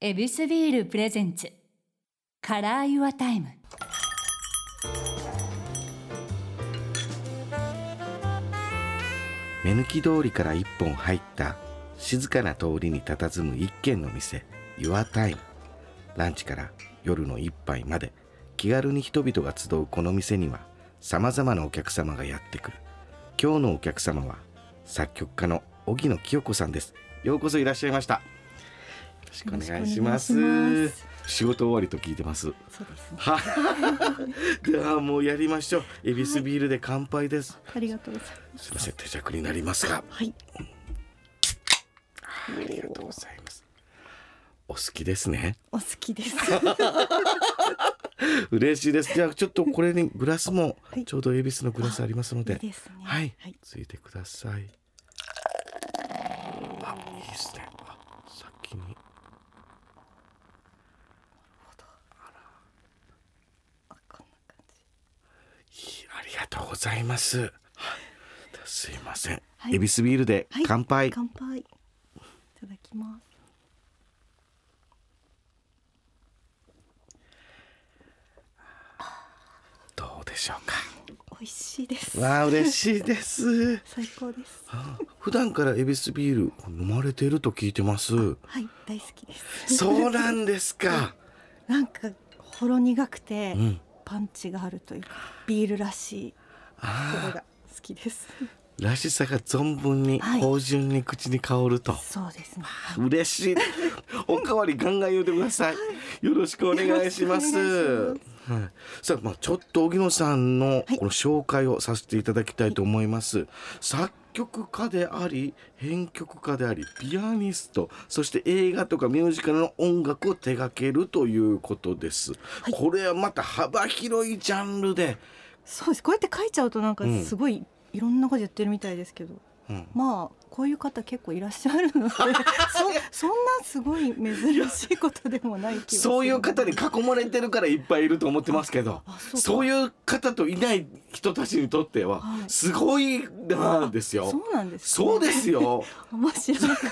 エビスビールプレゼンツカラーユアタイム。 目抜き通りから一本入った静かな通りに佇む一軒の店、ユアタイム。ランチから夜の一杯まで気軽に人々が集うこの店には様々なお客様がやってくる。今日のお客様は作曲家の荻野清子さんです。ようこそいらっしゃいました。よろしくお願いします。仕事終わりと聞いてます。 そうですね。 ではもうやりましょう。エビスビールで乾杯です。 ありがとうございます。 すいません、手酌になりますが。 はい。 ありがとうございます。お好きですね。 お好きです。 嬉しいです。じゃあちょっとこれにグラスもはい、 ちょうどエビスのグラスありますので、 いいですね。 はい、 はい。 ついてください。あ、いいですね。先に。 こんな感じ。 ありがとうございます。はい、すいません。 はい、 エビスビールで乾杯。 乾杯。いただきます。 どうでしょうか。 美味しいです。 わあ、嬉しいです。 最高です。 普段からエビスビール飲まれていると聞いてます。 はい、大好きです。 そうなんですか。 なんかほろ苦くて、 うん、 パンチがあるというか、ビールらしい。それが好きです。 らしさが存分に芳醇に口に香ると、 そうですね。 嬉しい。おかわりガンガン言うてください。よろしくお願いします。はい、さあ、ちょっと荻野さんのこの紹介をさせていただきたいと思います。作曲家であり編曲家でありピアニスト、そして映画とかミュージカルの音楽を手掛けるということです。これはまた幅広いジャンルで。 そうです。こうやって書いちゃうとなんかすごい、いろんなことやってるみたいですけど、まあこういう方結構いらっしゃるのでそんなすごい珍しいことでもない気がする。 そういう方に囲まれてるからいっぱいいると思ってますけど、そういう方といない人たちにとってはすごいなんですよ。 そうなんです、 そうですよ。 面白かった。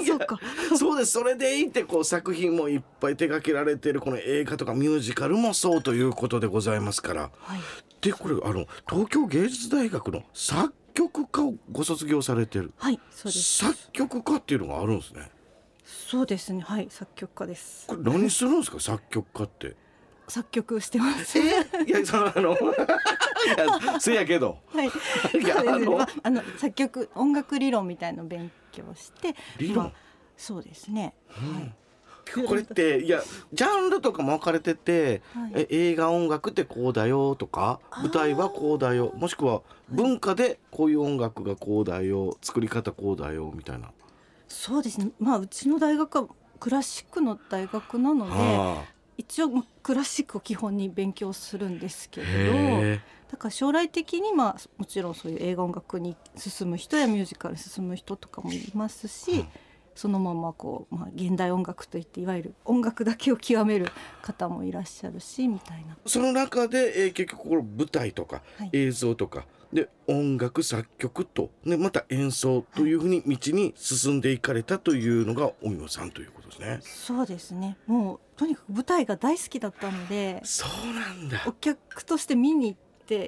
そうか。 そうです。それでいて作品もいっぱい手掛けられているこの映画とかミュージカルもそうということでございますから、でこれ東京芸術大学の作曲家をご卒業されてる。 はい、そうです。 作曲家っていうのがあるんですね。 そうですね。はい、作曲家です。 これ何するんですか、作曲家って。 作曲してます。 いやいやそうやけど、 はい、作曲音楽理論みたいのを勉強して理論、 そうですね。 これってジャンルとかも分かれてて、映画音楽ってこうだよとか、舞台はこうだよ、もしくは文化でこういう音楽がこうだよ、作り方こうだよみたいな。 そうですね。うちの大学はクラシックの大学なので、一応クラシックを基本に勉強するんですけれど、だから将来的にもちろんそういう映画音楽に進む人やミュージカルに進む人とかもいますし、そのまま現代音楽といっていわゆる音楽だけを極める方もいらっしゃるしみたいな。 その中で、結局この舞台とか映像とかで音楽作曲と、また演奏というふうに道に進んでいかれたというのが荻野さんということですね。 そうですね。もうとにかく舞台が大好きだったので、 そうなんだ。 お客として見に行って、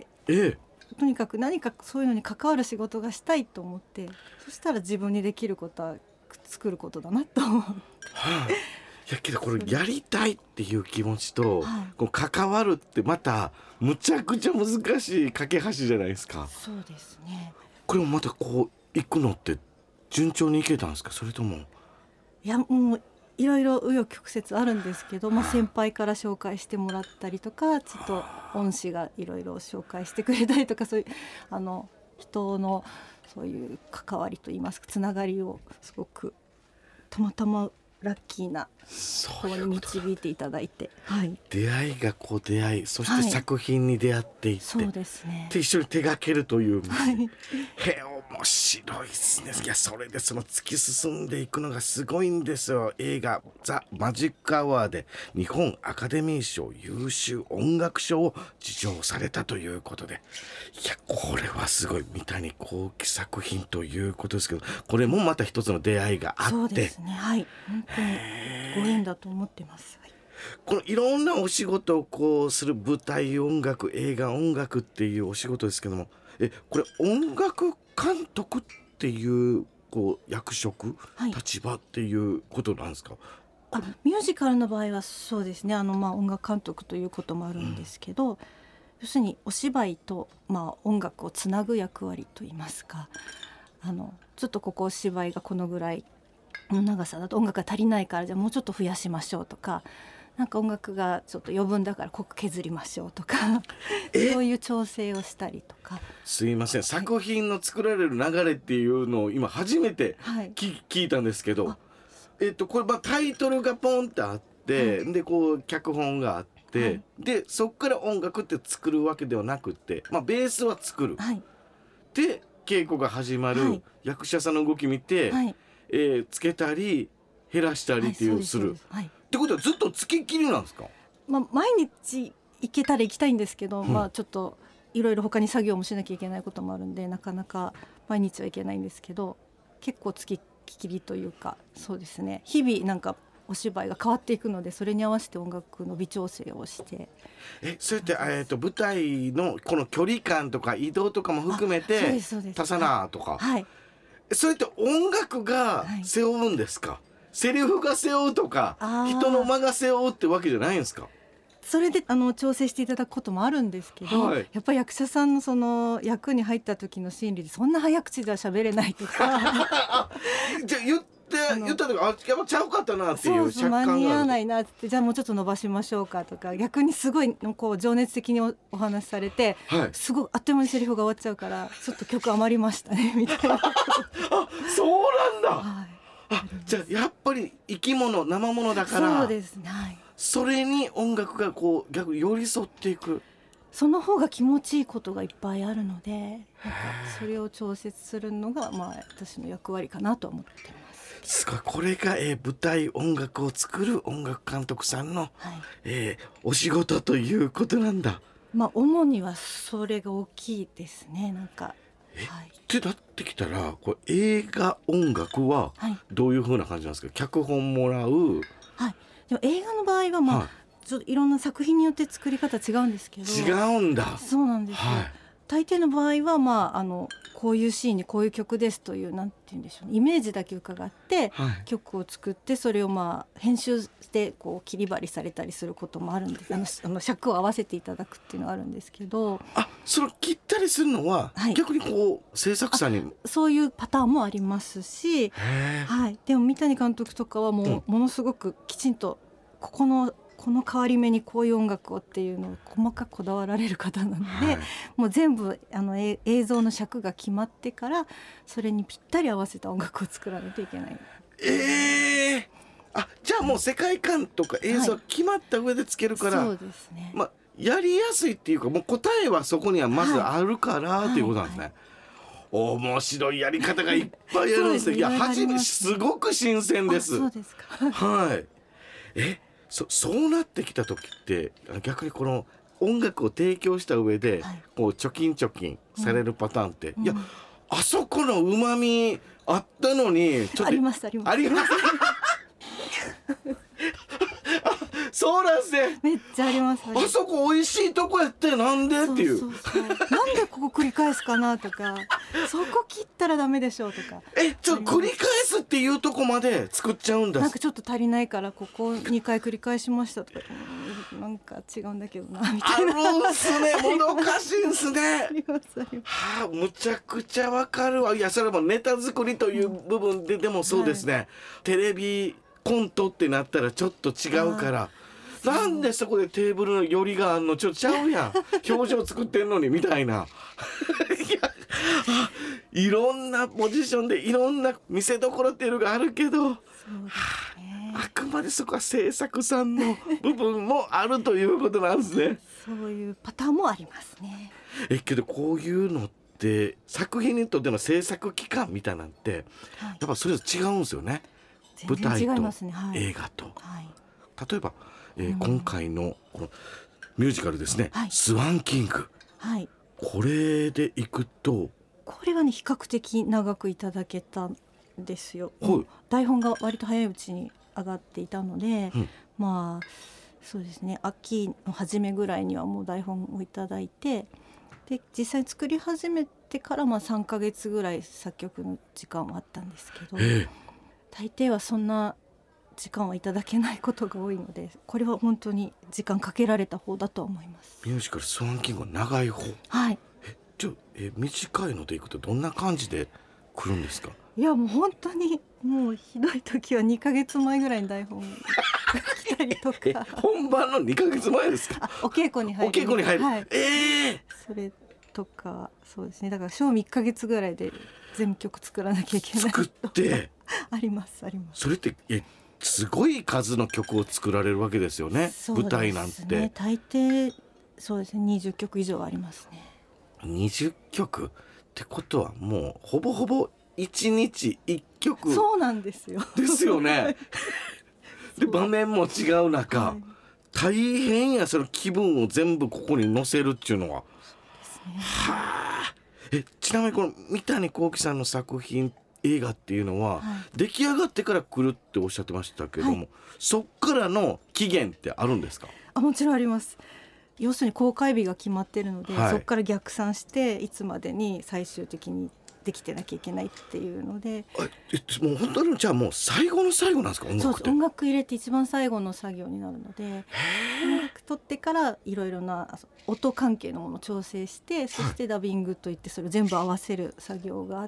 とにかく何かそういうのに関わる仕事がしたいと思って、そしたら自分にできることは作ることだなと思って、 いやけどこれやりたいっていう気持ちと、こう関わるってまたむちゃくちゃ難しい架け橋じゃないですか。 そうですね。 これもまたこう行くのって順調に行けたんですか、それとも。 いや、もういろいろ紆余曲折あるんですけど、先輩から紹介してもらったりとか、ちょっと恩師がいろいろ紹介してくれたりとか、そういう人のそういう関わりといいますか、つながりをすごくたまたまラッキーな方に導いていただいて、 出会いが出会い、そして作品に出会っていって、 そうですね。 で一緒に手掛けるという道、 面白いですね。いや、それでその突き進んでいくのがすごいんですよ。映画ザ・マジックアワーで日本アカデミー賞優秀音楽賞を受賞されたということで、いや、これはすごい三谷幸喜作品ということですけど、これもまた一つの出会いがあって。 そうですね、はい、本当にご縁だと思ってます、はい。 このいろんなお仕事をこうする舞台音楽、映画音楽っていうお仕事ですけども、これ音楽監督っていうこう役職、 はい、 立場っていうことなんですか？ ミュージカルの場合はそうですね、音楽監督ということもあるんですけど、要するにお芝居と、音楽をつなぐ役割といいますか、ちょっとここお芝居がこのぐらいの長さだと音楽が足りないから、じゃあもうちょっと増やしましょうとか、なんか音楽がちょっと余分だからここ削りましょうとかそういう調整をしたりとか。 すいません、作品の作られる流れっていうのを今初めて聞いたんですけど、これタイトルがポンってあって、でこう脚本があって、でそっから音楽って作るわけではなくて、ベースは作る、で稽古が始まる、役者さんの動き見て、つけたり減らしたりっていう、するってことはずっとつきっきりなんですか？ 毎日行けたら行きたいんですけど、ちょっといろいろ他に作業もしなきゃいけないこともあるんで、なかなか毎日は行けないんですけど、結構つきっきりというか、そうですね、日々なんかお芝居が変わっていくので、それに合わせて音楽の微調整をして。 それって舞台のこの距離感とか移動とかも含めて足さなとか、それって音楽が背負うんですか？セリフが背負うとか人の間が背負うってわけじゃないんですか？ それで調整していただくこともあるんですけど、やっぱり役者さんのその役に入った時の心理で、そんな早口では喋れないとかじゃあ言った時、やっぱちゃうかったなっていうそう間に合わないなって、じゃあもうちょっと伸ばしましょうかとか、逆にすごいこう情熱的に お話しされて、すごいあっという間にセリフが終わっちゃうから、ちょっと曲余りましたねみたいなそうなんだ、じゃあやっぱり生き物生物だから、 そうですね、 それに音楽がこう逆に寄り添っていく、 その方が気持ちいいことがいっぱいあるので、なんかそれを調節するのが私の役割かなと思ってます。 すごい、これが、舞台音楽を作る音楽監督さんの、お仕事ということなんだ。 主にはそれが大きいですね。なんかってなってきたら、これ映画音楽はどういう風な感じなんですか？脚本もらう、 でも映画の場合はちょっといろんな作品によって作り方違うんですけど。 違うんだ。 そうなんですよ、大抵の場合はこういうシーンにこういう曲ですという、なんて言うんでしょうね、イメージだけ伺って、曲を作って、それを編集してこう切り張りされたりすることもあるんです。尺を合わせていただくっていうのがあるんですけど、 それ切ったりするのは、逆にこう制作者にそういうパターンもありますし、でも三谷監督とかはものすごくきちんとこの変わり目にこういう音楽をっていうのを細かくこだわられる方なので、もう全部映像の尺が決まってから、それにぴったり合わせた音楽を作らないといけない。 じゃあもう世界観とか映像決まった上でつけるから、 そうですね、 やりやすいっていうか、もう答えはそこにはまずあるからっていうことなんですね。面白いやり方がいっぱいあるんですね。いや、初めすごく新鮮です。 そうですかそうなってきた時って、逆にこの音楽を提供した上で、こう貯金されるパターンって、いや、あそこのうまみあったのにちょっとありますそうなんですね。 めっちゃあります。 あそこ美味しいとこやってなんでっていう、 なんでここ繰り返すかなとかそこ切ったらダメでしょうとか、 ちょっと繰り返すっていうとこまで作っちゃうんだ。 なんかちょっと足りないからここ2回繰り返しましたとか、なんか違うんだけどなみたいな。 あるんすね。もどかしいんすね。むちゃくちゃわかるわ。いや、それもネタ作りという部分ででもそうですね、テレビコントってなったらちょっと違うから、なんでそこでテーブルの寄りがあんの、ちょっとちゃうやん表情作ってんのにみたいな。いろんなポジションでいろんな見せどころっていうのがあるけど、あくまでそこは制作さんの部分もあるということなんですね。 そういうパターンもありますね。 けどこういうのってで作品にとっての制作期間みたいなんて、やっぱそれぞれ違うんですよね。舞台と映画と、例えば、今回のこのミュージカルですね、スワンキング、これでいくと、 これはね比較的長くいただけたんですよ。台本が割と早いうちに上がっていたので、まあそうですね、秋の初めぐらいにはもう台本をいただいて、で実際作り始めてから3ヶ月ぐらい作曲の時間はあったんですけど、大抵はそんな時間はいただけないことが多いので、これは本当に時間かけられた方だと思います。 ミュージカルスワンキングは長い方。短いのでいくとどんな感じで来るんですか？ いやもう本当にもうひどい時は2ヶ月前ぐらいに台本が来たりとか本番の2ヶ月前ですか？ お稽古に入る。それとか、そうですね、だから賞3ヶ月ぐらいで全曲作らなきゃいけない作ってあります。 それってすごい数の曲を作られるわけですよね。舞台なんて大抵そうですね、20曲以上ありますね。 20曲ってことはもうほぼほぼ1日1曲。 そうなんですよ。 ですよねで場面も違う中、大変や、その気分を全部ここに載せるっていうのは。ちなみにこの三谷幸喜さんの作品映画っていうのは、出来上がってから来るっておっしゃってましたけども、そっからの期限ってあるんですか？ もちろんあります。要するに公開日が決まってるので、そこから逆算していつまでに最終的にできてなきゃいけないっていうので、 もう本当にじゃあもう最後の最後なんですか？音楽って。 そう、音楽入れて一番最後の作業になるので、音楽取ってからいろいろな音関係のものを調整して、そしてダビングといってそれを全部合わせる作業があって、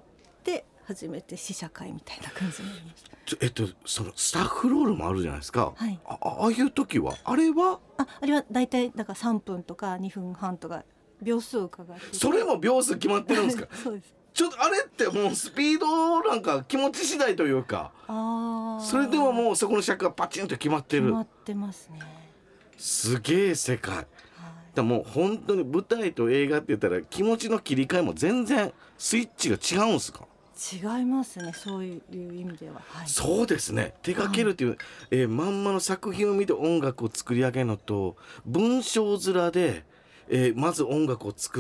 初めて試写会みたいな感じになりました。 そのスタッフロールもあるじゃないですか、ああいう時はあれはだいたいだから3分とか2分半とか秒数を伺って、 それも秒数決まってるんですか？ そうです。 ちょっとあれってもうスピードなんか気持ち次第というか、それではもうそこの尺がパチンと決まってる。 決まってますね。 すげえ世界、だもう本当に舞台と映画って言ったら気持ちの切り替えも全然スイッチが違うんですか？違いますね、そういう意味では、 そうですね、手掛けるという、まんまの作品を見て音楽を作り上げるのと、文章面で、まず音楽を作って、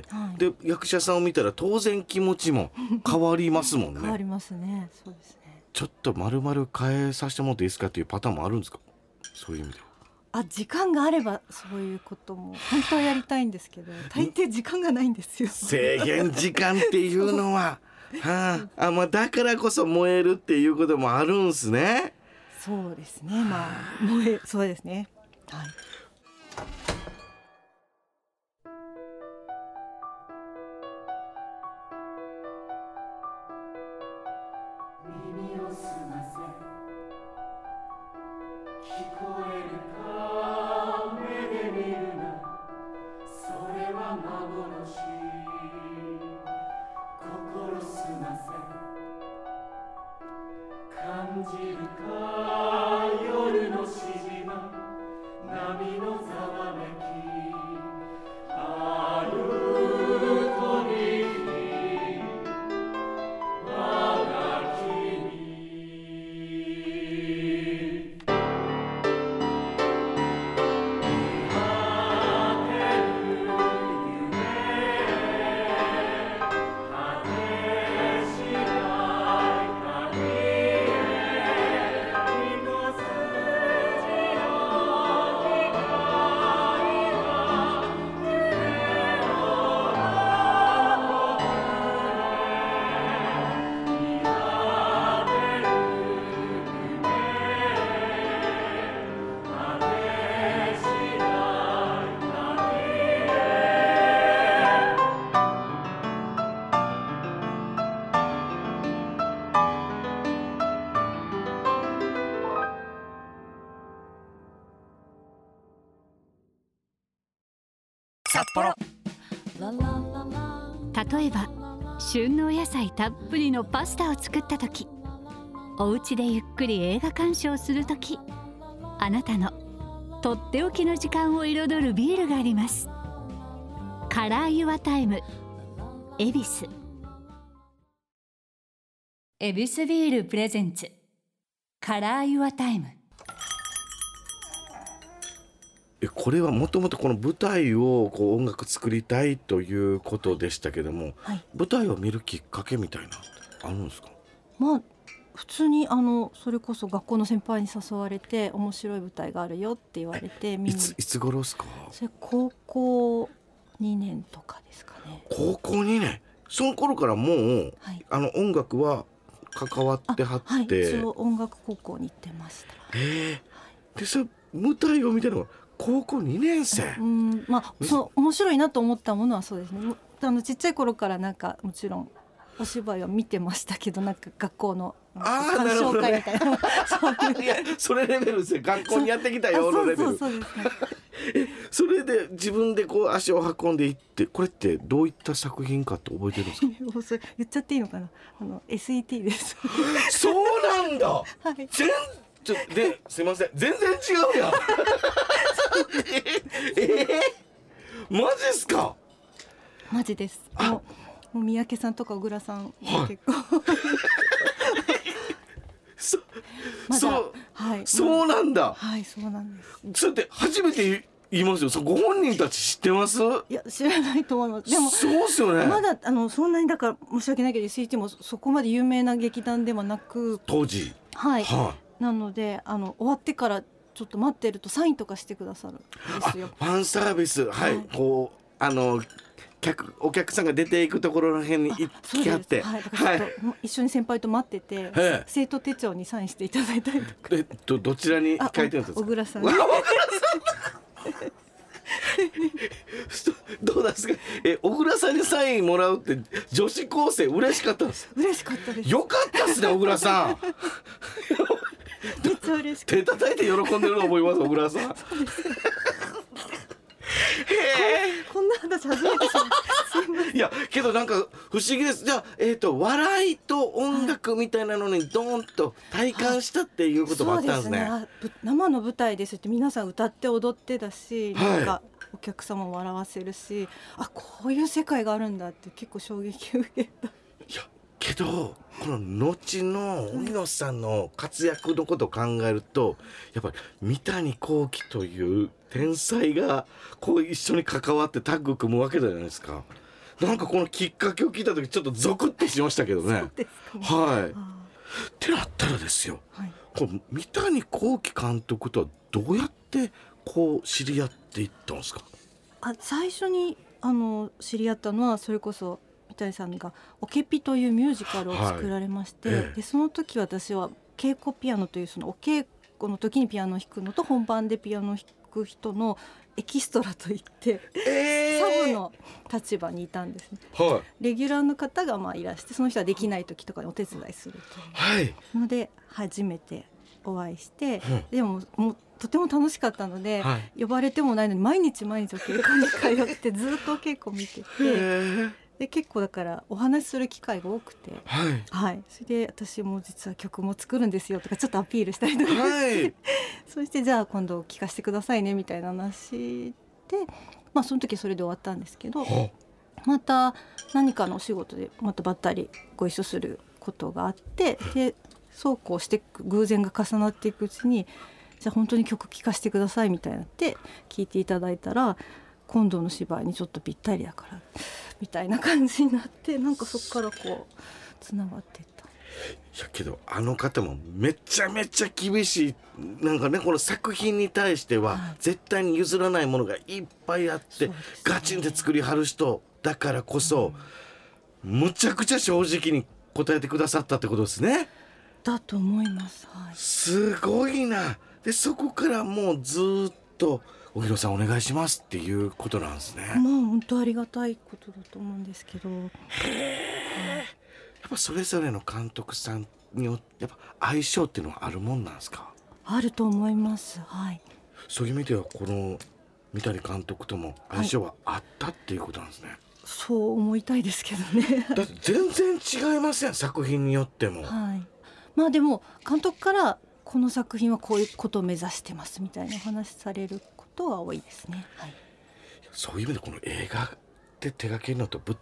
で役者さんを見たら当然気持ちも変わりますもんね。 変わりますね。そうですね。 ちょっと丸々変えさせてもらっていいですかっていうパターンもあるんですか？そういう意味では。 時間があればそういうことも本当はやりたいんですけど、大抵時間がないんですよ。 制限時間っていうのはだからこそ燃えるっていうこともあるんですね。 そうですね、そうですね。 耳をすませ聞こえるか目で見るな、それは幻。心すませ感じるか夜のしじま、波のざわめき、あるとびき我が君。見果てる夢果てしない限り、一筋の光が夢の中で見果てる夢果てしない限り。 札幌。例えば旬のお野菜たっぷりのパスタを作った時、お家でゆっくり映画鑑賞する時、あなたのとっておきの時間を彩るビールがあります。カラーユアタイム恵比寿。恵比寿ビールプレゼンツカラーユアタイム。 これはもともとこの舞台をこう音楽作りたいということでしたけども、 はい、 舞台を見るきっかけみたいなあるんですか？ まあ普通にそれこそ学校の先輩に誘われて面白い舞台があるよって言われて見に。 いつ頃ですか？ それ高校2年とかですかね。 高校2年。その頃からもう、 はい、 音楽は関わってはって、 はい、一応音楽高校に行ってました。 でそれ舞台を見たのは高校2年生。 そう面白いなと思ったものはそうですね。ちっちゃい頃からなんかもちろんお芝居は見てましたけど、なんか学校の鑑賞会みたいな、 いやそれレベルですよ。学校にやってきたようなレベル。 そうですね。 それで自分でこう足を運んでいって、これってどういった作品かって覚えてるんですか？ それ言っちゃっていいのかな。SET です。 そうなんだ。 はい。 すいません、全然違うやん。マジっすか？ マジです。もう三宅さんとか小倉さん結構、 そうなんだ。 はい、そうなんです。 それって初めて言いますよ。ご本人たち知ってます？ いや知らないと思います。でもそうっすよね。 まだそんなにだから申し訳ないけど SET もそこまで有名な劇団ではなく、 当時なので終わってからちょっと待ってるとサインとかしてくださるんですよ。 ファンサービス、こうお客さんが出ていくところの辺に行きはって、 だからちょっと一緒に先輩と待ってて、生徒手帳にサインしていただいたりとか。 どちらに書いてるんですか？ 小倉さん。 どうですか？小倉さんにサインもらうって女子高生嬉しかったんです？ 嬉しかったです。 よかったですね、小倉さん。 めっちゃ嬉しかった。 手叩いて喜んでると思います、小倉さん。 こんな話初めてしまった。 いやけどなんか不思議です。じゃあ、笑いと音楽みたいなのにドーンと体感したっていうこともあったんですね。 そうですね。生の舞台ですって皆さん歌って踊ってだし、なんかお客様を笑わせるし、こういう世界があるんだって結構衝撃を受けた。 いやけどこの後の荻野さんの活躍のことを考えると、やっぱり三谷幸喜という天才がこう一緒に関わってタッグ組むわけじゃないですか。なんかこのきっかけを聞いた時ちょっとゾクッとしましたけどね。 そうですかね。 はい。ってなったらですよ、この三谷幸喜監督とはどうやってこう知り合っていったんですか？ 最初に知り合ったのはそれこそ三谷さんがオケピというミュージカルを作られまして、でその時私は稽古ピアノというそのお稽古の時にピアノを弾くのと本番でピアノを弾く人のエキストラといって、サブの立場にいたんですね。レギュラーの方がいらして、その人はできない時とかにお手伝いするというので初めてお会いして、でもとても楽しかったので、呼ばれてもないのに毎日お稽古に通ってずっとお稽古見てて、で結構だからお話しする機会が多くて、それで私も実は曲も作るんですよとかちょっとアピールしたりとかして、そしてじゃあ今度聴かせてくださいねみたいな話で、その時それで終わったんですけど、また何かのお仕事でまたばったりご一緒することがあって、でそうこうして偶然が重なっていくうちに、じゃあ本当に曲聴かせてくださいみたいになって聴いていただいたら、今度の芝居にちょっとぴったりだからみたいな感じになって、なんかそこからこうつながっていった。 いやけど方もめちゃめちゃ厳しい、なんかね、この作品に対しては絶対に譲らないものがいっぱいあって、ガチンで作りはる人だからこそ、むちゃくちゃ正直に答えてくださったってことですね。 だと思います。 すごいな。でそこからもうずっと荻野さんお願いしますっていうことなんですね。 本当ありがたいことだと思うんですけど、 やっぱそれぞれの監督さんによってやっぱ相性っていうのはあるもんなんですか？ あると思います。 そういう意味ではこの三谷監督とも相性はあったっていうことなんですね。 そう思いたいですけどね。 だって全然違いますよ、作品によっても。 でも監督からこの作品はこういうことを目指してますみたいなお話されることは多いですね。 そういう意味でこの映画で手掛けるのと舞台っ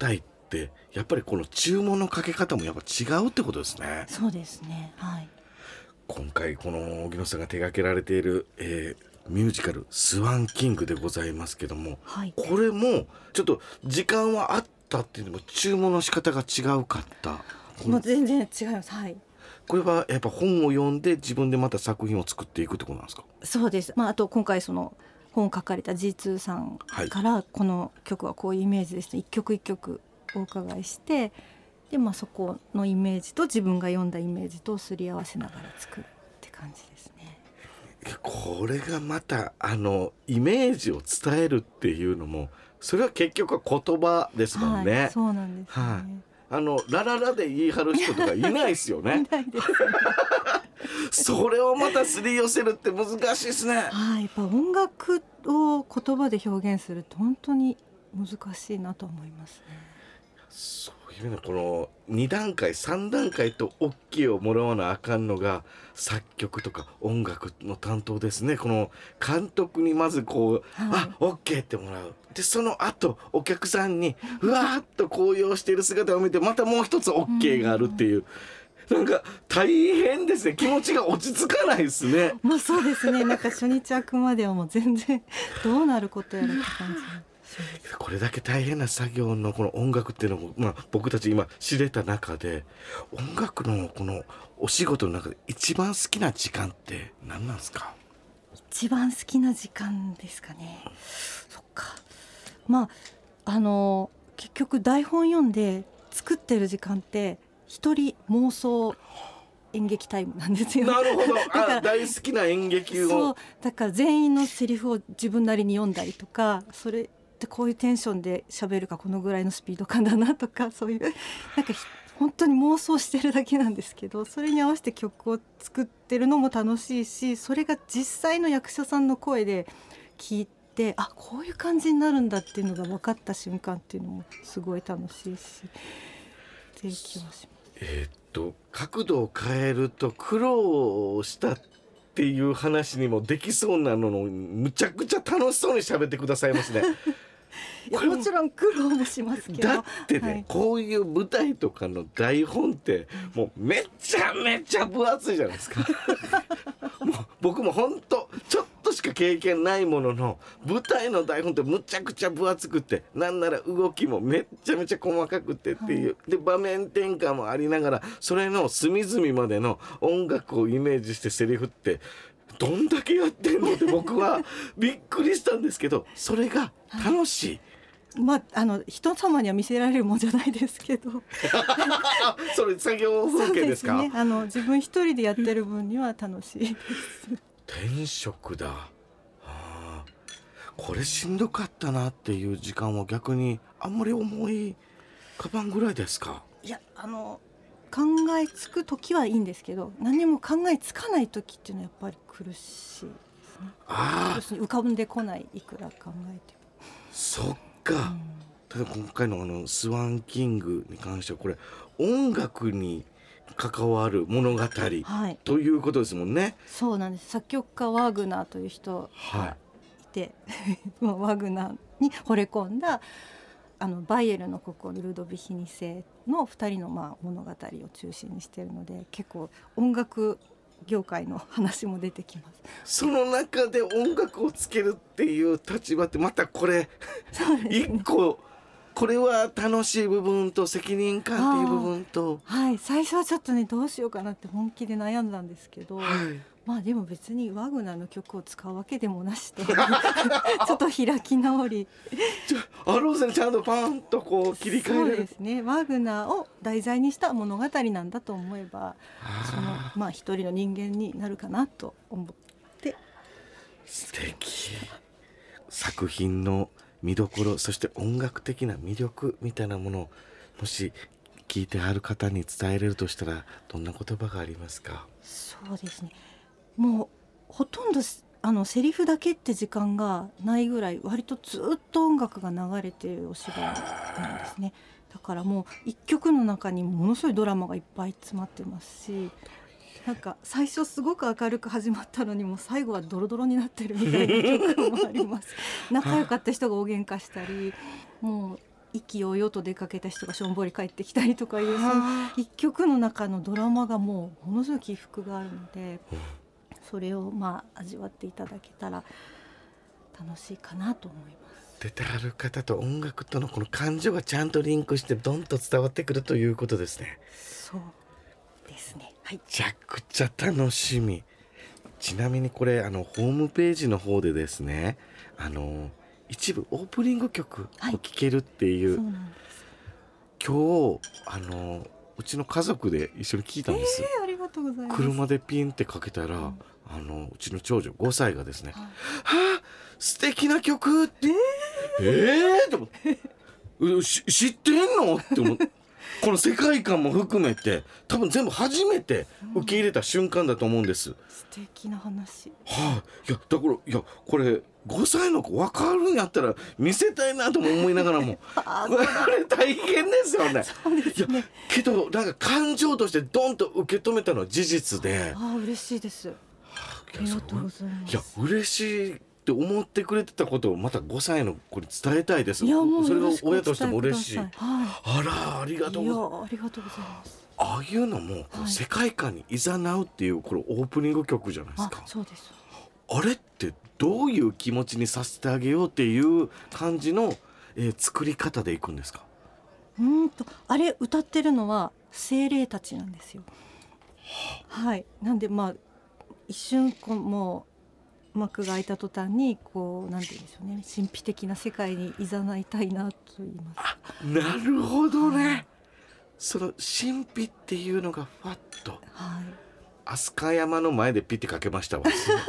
ってやっぱりこの注文のかけ方もやっぱ違うってことですね。 そうですね、はい。 今回この荻野さんが手掛けられている、ミュージカルスワンキングでございますけども、 はい、 これもちょっと時間はあったっていうのも注文の仕方が違うかった。 もう全然違います。はい。 これはやっぱ本を読んで自分でまた作品を作っていくってことなんですか？ そうです。あと今回その本を書かれた G2 さんからこの曲はこういうイメージですと一曲一曲お伺いして、でそこのイメージと自分が読んだイメージとすり合わせながら作るって感じですね。 これがまたイメージを伝えるっていうのもそれは結局は言葉ですもんね。 はい、そうなんですね。 ラララで言い張る人とかいないですよね。 いないですね。 それをまたすり寄せるって難しいですね。 はい、やっぱ音楽を言葉で表現すると本当に難しいなと思いますね。 そういうのこの2段階3段階と OK をもらわなあかんのが作曲とか音楽の担当ですね。この監督にまずこう、OK ってもらう。でその後お客さんにうわーっと高揚している姿を見てまたもう一つ OK があるっていう、なんか大変ですね。気持ちが落ち着かないですね。 そうですね。なんか初日開くまではもう全然どうなることやらって感じ。 これだけ大変な作業のこの音楽っていうのも、僕たち今知れた中で音楽のこのお仕事の中で一番好きな時間って何なんですか？ 一番好きな時間ですかね。そっか。結局台本読んで作ってる時間って一人妄想演劇タイムなんですよ。 なるほど。大好きな演劇を。 そうだから全員のセリフを自分なりに読んだりとか、それでこういうテンションで喋るかこのぐらいのスピード感だなとか、そういうなんか本当に妄想してるだけなんですけど、それに合わせて曲を作ってるのも楽しいし、それが実際の役者さんの声で聞いてこういう感じになるんだっていうのが分かった瞬間っていうのもすごい楽しいしっていう気はします。 角度を変えると苦労したっていう話にもできそうなののむちゃくちゃ楽しそうに喋ってくださいますね。 いやもちろん苦労もしますけど、 だってね、こういう舞台とかの台本ってもうめちゃめちゃ分厚いじゃないですか。もう僕も本当ちょっとしか経験ないものの舞台の台本ってむちゃくちゃ分厚くて、なんなら動きもめちゃめちゃ細かくてっていう、で場面転換もありながらそれの隅々までの音楽をイメージしてセリフってどんだけやってんのって僕はびっくりしたんですけど、それが楽しい。 人様には見せられるもんじゃないですけどそれ作業風景ですか？ そうですね、自分一人でやってる分には楽しいです転職だ。これしんどかったなっていう時間は逆にあんまり思い浮かばんぐらいですか？ いや考えつく時はいいんですけど、何も考えつかない時っていうのはやっぱり苦しいですね。要するに浮かんでこない、いくら考えても。 そっか、ただ今回のスワンキングに関してはこれ音楽に関わる物語、ということですもんね。 そうなんです。作曲家ワーグナーという人がいて、ワーグナーに惚れ込んだバイエルの国王ルドヴィヒ2世の2人の物語を中心にしているので、結構音楽業界の話も出てきます。 その中で音楽をつけるっていう立場ってまたこれ一個、これは楽しい部分と責任感っていう部分と、 最初はちょっとねどうしようかなって本気で悩んだんですけど、でも別にワグナーの曲を使うわけでもなしとちょっと開き直りアローゼにちゃんとパンとこう切り替えられる。 そうですね、ワグナーを題材にした物語なんだと思えば、その一人の人間になるかなと思って。 素敵。作品の見どころ、そして音楽的な魅力みたいなものをもし聞いてある方に伝えれるとしたらどんな言葉がありますか？ そうですね、もうほとんどセリフだけって時間がないぐらい割とずっと音楽が流れているお芝居なんですね。だからもう一曲の中にものすごいドラマがいっぱい詰まってますし、なんか最初すごく明るく始まったのにもう最後はドロドロになってるみたいな曲もあります。仲良かった人が大喧嘩したり、もう意気揚々と出かけた人がしょんぼり帰ってきたりとかいう、その一曲の中のドラマがもうものすごい起伏があるので、それを味わっていただけたら楽しいかなと思います。 出てある方と音楽とのこの感情がちゃんとリンクしてどんと伝わってくるということですね。 そうですね、はい、 めちゃくちゃ楽しみ。ちなみにこれホームページの方でですね、一部オープニング曲を聴けるっていう、 そうなんです。 今日うちの家族で一緒に聴いたんです、 ありがとうございます。 車でピンってかけたら、うちの長女5歳がですね、はあ素敵な曲って、と思って知ってんのって思ってこの世界観も含めて多分全部初めて受け入れた瞬間だと思うんです、 素敵な話。 いやだからこれ5歳の子分かるんやったら見せたいなとも思いながらもこれ大変ですよね。 そうですね。 いやけどなんか感情としてドンと受け止めたのは事実で、 嬉しいです。ありがとうございます。 いや嬉しいって思ってくれてたことをまた5歳の子に伝えたいです。 いやもうそれが親としても嬉しい。 ありがとうございます。 ありがとうございます。 ああいうのも世界観に誘うっていうこれオープニング曲じゃないですか。 そうです。 あれってどういう気持ちにさせてあげようっていう感じの、作り方でいくんですか。 あれ歌ってるのは精霊たちなんですよ。はい。なんで一瞬もう幕が開いた途端になんて言うんでしょうね、神秘的な世界に誘いたいなと言います。 なるほどね、その神秘っていうのがファッと、飛鳥山の前でピッてかけましたわ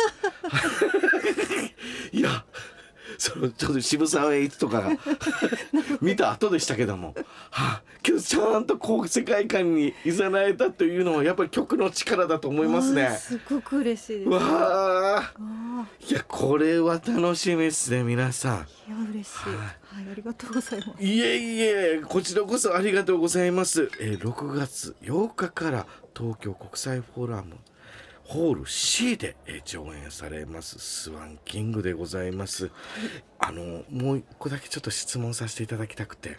いやちょっと渋沢栄一とか見た後でしたけども、けどちゃんと世界観に誘えたというのはやっぱり曲の力だと思いますね。 すごく嬉しいです。 いやこれは楽しみですね皆さん。 いや嬉しい、ありがとうございます。 いえこちらこそありがとうございます。6月8日から東京国際フォーラムホール C で上演されますスワンキングでございます、もう一個だけちょっと質問させていただきたくて、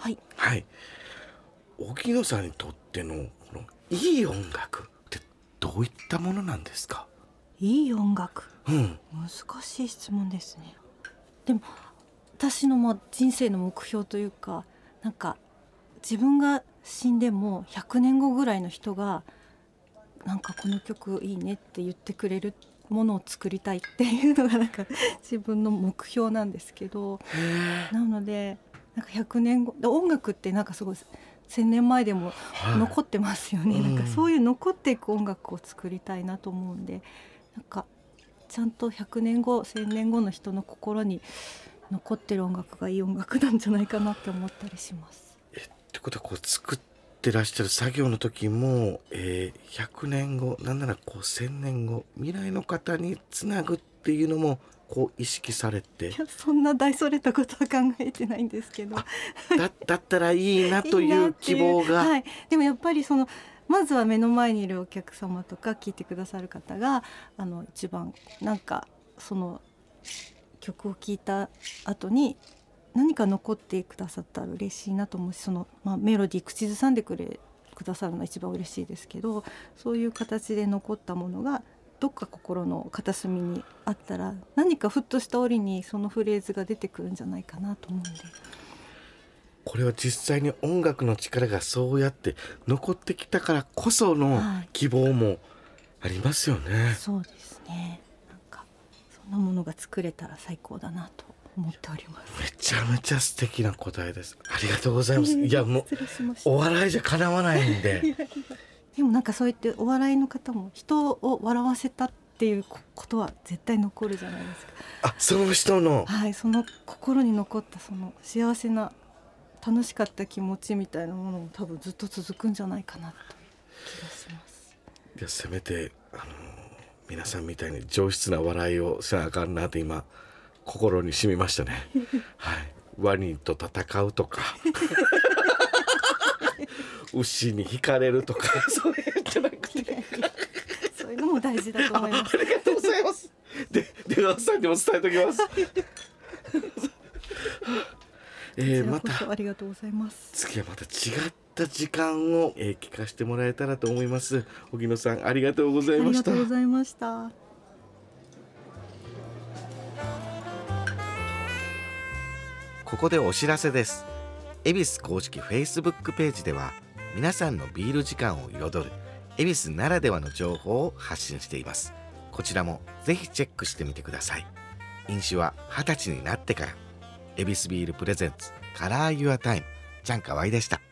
荻野さんにとってのこのいい音楽ってどういったものなんですか。 いい音楽、難しい質問ですね。でも私の人生の目標というか、なんか自分が死んでも100年後ぐらいの人がなんかこの曲いいねって言ってくれるものを作りたいっていうのがなんか自分の目標なんですけど、なのでなんか100年後音楽ってなんかすごい1000年前でも残ってますよね、なんかそういう残っていく音楽を作りたいなと思うんで、なんかちゃんと100年後1000年後の人の心に残ってる音楽がいい音楽なんじゃないかなって思ったりします。 ってことは作ってらっしゃる作業の時も、100年後なんなら1000年後未来の方につなぐっていうのも意識されて。 いやそんな大それたことは考えてないんですけどだったらいいなという希望がでもやっぱりまずは目の前にいるお客様とか聞いてくださる方が一番なんかその曲を聴いた後に何か残ってくださったら嬉しいなと思うし、メロディー口ずさんでくださるのが一番嬉しいですけど、そういう形で残ったものがどっか心の片隅にあったら何かふっとした折にそのフレーズが出てくるんじゃないかなと思うんで、 これは実際に音楽の力がそうやって残ってきたからこその希望もありますよね、 そうですね。なんかそんなものが作れたら最高だなと思っております。 めちゃめちゃ素敵な答えです。ありがとうございます。いやもうお笑いじゃかなわないんででもなんかそう言ってお笑いの方も人を笑わせたっていうことは絶対残るじゃないですか。 その人のその心に残ったその幸せな楽しかった気持ちみたいなものも多分ずっと続くんじゃないかなという気がします。 いやせめて皆さんみたいに上質な笑いをしなあかんなって今心に染みましたねワニと戦うとか牛に惹かれるとかそういうんじゃなくてそういうのも大事だと思います。 ありがとうございます。で出川さんにも伝えておきますまたありがとうございます。 次はまた違った時間を、聞かせてもらえたらと思います。荻野さんありがとうございました。 ありがとうございました。 ここでお知らせです。恵比寿公式 Facebook ページでは皆さんのビール時間を彩る恵比寿ならではの情報を発信しています。こちらもぜひチェックしてみてください。飲酒は20歳になってから。恵比寿ビールプレゼンツカラーユアタイム、チャンカワイでした。